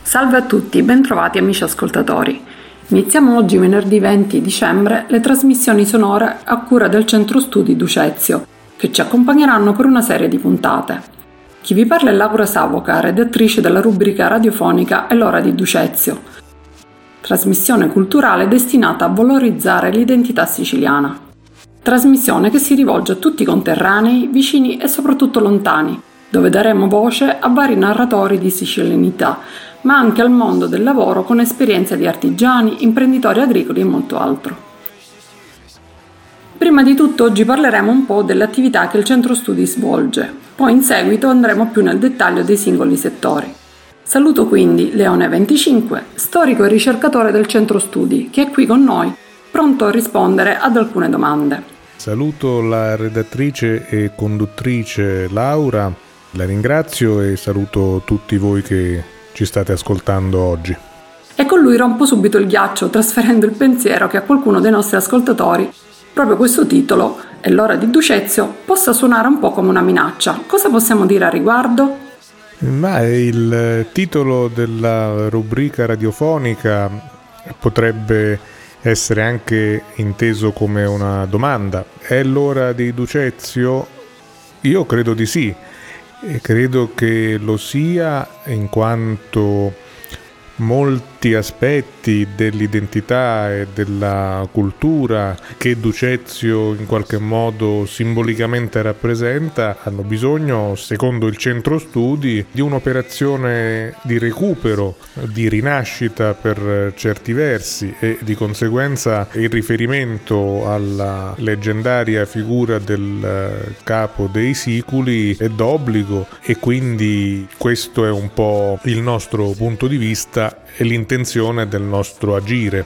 Salve a tutti, bentrovati amici ascoltatori. Iniziamo oggi, venerdì 20 dicembre, le trasmissioni sonore a cura del Centro Studi Ducezio, che ci accompagneranno per una serie di puntate. Chi vi parla è Laura Savoca, redattrice della rubrica radiofonica È l'ora di Ducezio, trasmissione culturale destinata a valorizzare l'identità siciliana. Trasmissione che si rivolge a tutti i conterranei, vicini e soprattutto lontani, dove daremo voce a vari narratori di sicilianità, ma anche al mondo del lavoro con esperienze di artigiani, imprenditori agricoli e molto altro. Prima di tutto oggi parleremo un po' delle attività che il Centro Studi svolge, poi in seguito andremo più nel dettaglio dei singoli settori. Saluto quindi Leone 25, storico e ricercatore del Centro Studi, che è qui con noi, pronto a rispondere ad alcune domande. Saluto la redattrice e conduttrice Laura, la ringrazio e saluto tutti voi che ci state ascoltando oggi. E con lui rompo subito il ghiaccio, trasferendo il pensiero che a qualcuno dei nostri ascoltatori proprio questo titolo, È l'ora di Ducezio, possa suonare un po' come una minaccia. Cosa possiamo dire a riguardo? Ma il titolo della rubrica radiofonica potrebbe essere anche inteso come una domanda. È l'ora di Ducezio? Io credo di sì. E credo che lo sia in quanto molti aspetti dell'identità e della cultura che Ducezio in qualche modo simbolicamente rappresenta hanno bisogno, secondo il Centro Studi, di un'operazione di recupero, di rinascita per certi versi, e di conseguenza il riferimento alla leggendaria figura del capo dei siculi è d'obbligo, e quindi questo è un po' il nostro punto di vista e l'intenzione del nostro agire.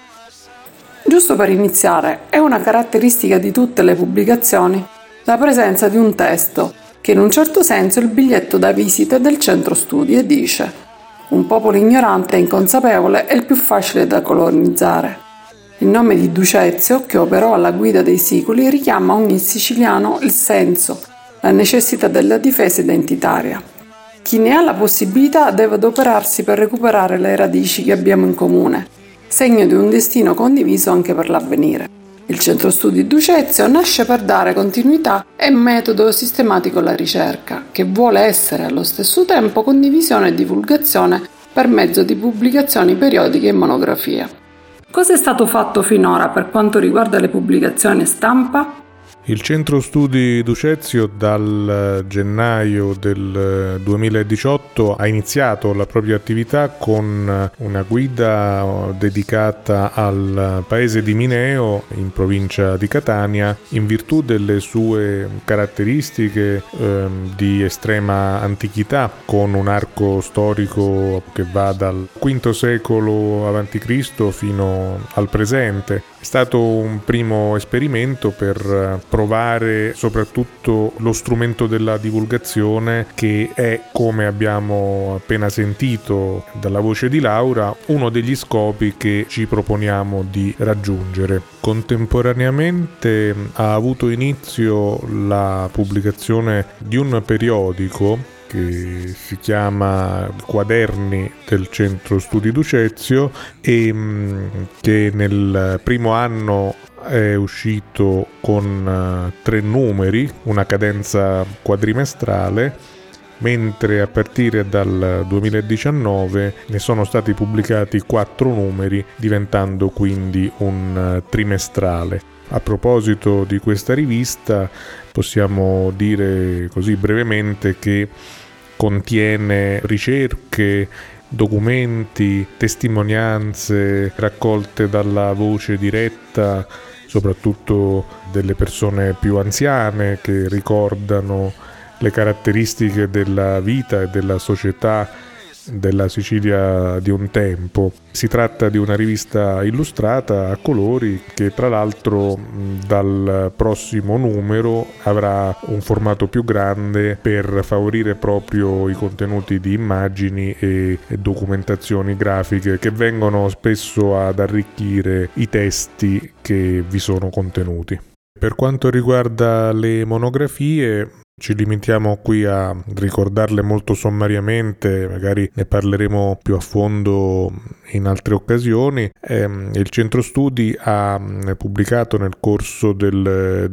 Giusto per iniziare, è una caratteristica di tutte le pubblicazioni la presenza di un testo che in un certo senso è il biglietto da visita del Centro Studi e dice: un popolo ignorante e inconsapevole è il più facile da colonizzare. Il nome di Ducezio, che operò alla guida dei siculi, richiama a ogni siciliano il senso, la necessità della difesa identitaria. Chi ne ha la possibilità deve adoperarsi per recuperare le radici che abbiamo in comune, segno di un destino condiviso anche per l'avvenire. Il Centro Studi Ducezio nasce per dare continuità e metodo sistematico alla ricerca, che vuole essere allo stesso tempo condivisione e divulgazione per mezzo di pubblicazioni periodiche e monografie. Cosa è stato fatto finora per quanto riguarda le pubblicazioni stampa? Il Centro Studi Ducezio dal gennaio del 2018 ha iniziato la propria attività con una guida dedicata al paese di Mineo, in provincia di Catania, in virtù delle sue caratteristiche di estrema antichità, con un arco storico che va dal V secolo a.C. fino al presente. È stato un primo esperimento per provare soprattutto lo strumento della divulgazione, che è, come abbiamo appena sentito dalla voce di Laura, uno degli scopi che ci proponiamo di raggiungere. Contemporaneamente ha avuto inizio la pubblicazione di un periodico che si chiama Quaderni del Centro Studi Ducezio e che nel primo anno è uscito con 3 numeri, una cadenza quadrimestrale, mentre a partire dal 2019 ne sono stati pubblicati 4 numeri, diventando quindi un trimestrale. A proposito di questa rivista, possiamo dire così brevemente che contiene ricerche, documenti, testimonianze raccolte dalla voce diretta, soprattutto delle persone più anziane che ricordano le caratteristiche della vita e della società della Sicilia di un tempo. Si tratta di una rivista illustrata a colori che, tra l'altro, dal prossimo numero avrà un formato più grande per favorire proprio i contenuti di immagini e documentazioni grafiche che vengono spesso ad arricchire i testi che vi sono contenuti. Per quanto riguarda le monografie, Ci limitiamo qui a ricordarle molto sommariamente, magari ne parleremo più a fondo in altre occasioni. Il Centro Studi ha pubblicato nel corso del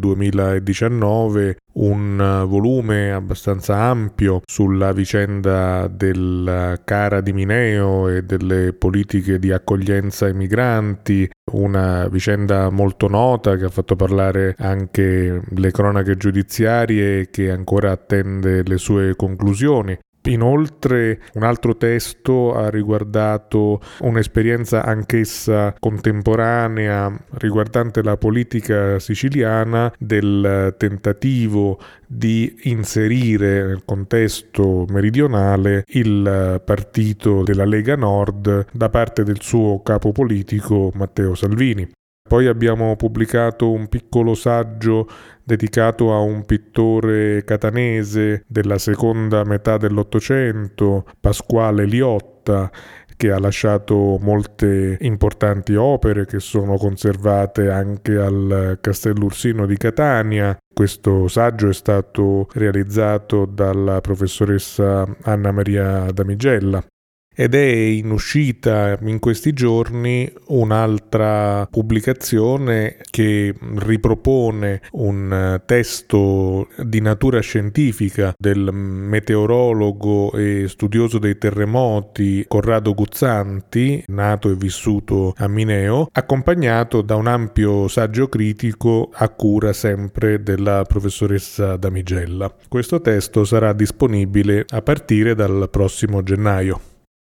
2019 un volume abbastanza ampio sulla vicenda del CARA di Mineo e delle politiche di accoglienza ai migranti, una vicenda molto nota che ha fatto parlare anche le cronache giudiziarie e che ancora attende le sue conclusioni. Inoltre un altro testo ha riguardato un'esperienza anch'essa contemporanea riguardante la politica siciliana del tentativo di inserire nel contesto meridionale il partito della Lega Nord da parte del suo capo politico Matteo Salvini. Poi abbiamo pubblicato un piccolo saggio dedicato a un pittore catanese della seconda metà dell'Ottocento, Pasquale Liotta, che ha lasciato molte importanti opere che sono conservate anche al Castello Ursino di Catania. Questo saggio è stato realizzato dalla professoressa Anna Maria Damigella. Ed è in uscita in questi giorni un'altra pubblicazione che ripropone un testo di natura scientifica del meteorologo e studioso dei terremoti Corrado Guzzanti, nato e vissuto a Mineo, accompagnato da un ampio saggio critico a cura sempre della professoressa Damigella. Questo testo sarà disponibile a partire dal prossimo gennaio.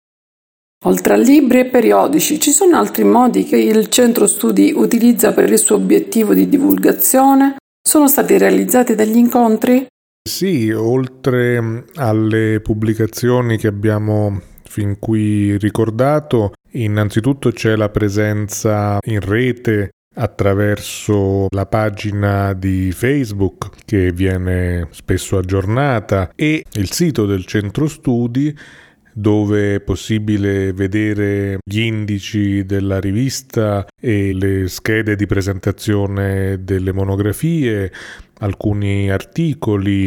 Oltre a libri e periodici, ci sono altri modi che il Centro Studi utilizza per il suo obiettivo di divulgazione? Sono stati realizzati degli incontri? Sì, oltre alle pubblicazioni che abbiamo fin qui ricordato, innanzitutto c'è la presenza in rete attraverso la pagina di Facebook che viene spesso aggiornata e il sito del Centro Studi, dove è possibile vedere gli indici della rivista e le schede di presentazione delle monografie, alcuni articoli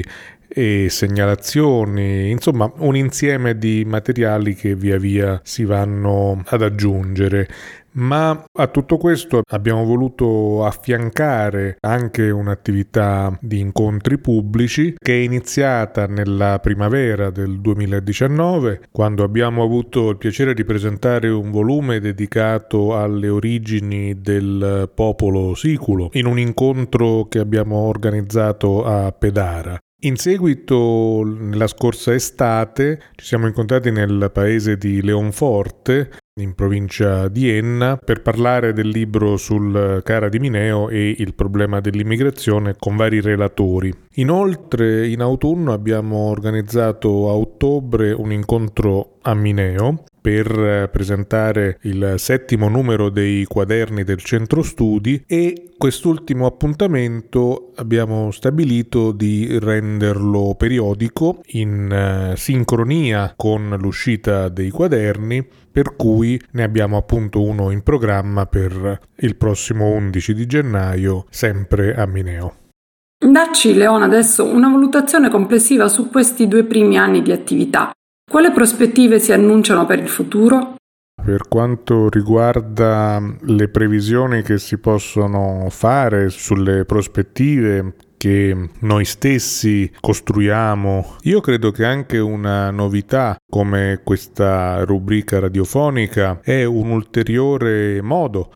e segnalazioni, insomma un insieme di materiali che via via si vanno ad aggiungere. Ma a tutto questo abbiamo voluto affiancare anche un'attività di incontri pubblici che è iniziata nella primavera del 2019, quando abbiamo avuto il piacere di presentare un volume dedicato alle origini del popolo siculo in un incontro che abbiamo organizzato a Pedara. In seguito, nella scorsa estate, ci siamo incontrati nel paese di Leonforte, in provincia di Enna, per parlare del libro sul CARA di Mineo e il problema dell'immigrazione con vari relatori. Inoltre, in autunno abbiamo organizzato a ottobre un incontro a Mineo per presentare il 7° numero dei quaderni del Centro Studi e quest'ultimo appuntamento abbiamo stabilito di renderlo periodico in sincronia con l'uscita dei quaderni, per cui ne abbiamo appunto uno in programma per il prossimo 11 di gennaio, sempre a Mineo. Dacci, Leona, adesso una valutazione complessiva su questi 2 primi anni di attività. Quali prospettive si annunciano per il futuro? Per quanto riguarda le previsioni che si possono fare sulle prospettive che noi stessi costruiamo, io credo che anche una novità come questa rubrica radiofonica è un ulteriore modo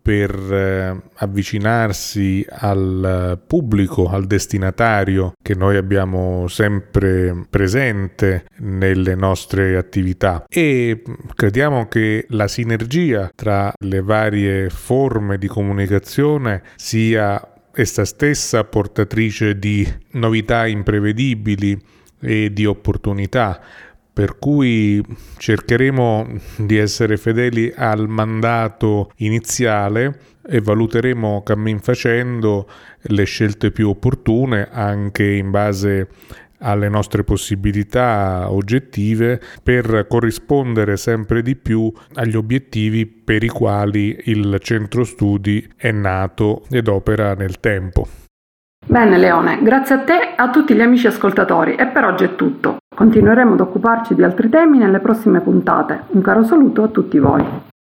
per avvicinarsi al pubblico, al destinatario che noi abbiamo sempre presente nelle nostre attività, e crediamo che la sinergia tra le varie forme di comunicazione sia essa stessa portatrice di novità imprevedibili e di opportunità, per cui cercheremo di essere fedeli al mandato iniziale e valuteremo cammin facendo le scelte più opportune anche in base alle nostre possibilità oggettive per corrispondere sempre di più agli obiettivi per i quali il Centro Studi è nato ed opera nel tempo. Bene Leone, grazie a te e a tutti gli amici ascoltatori e per oggi è tutto. Continueremo ad occuparci di altri temi nelle prossime puntate. Un caro saluto a tutti voi.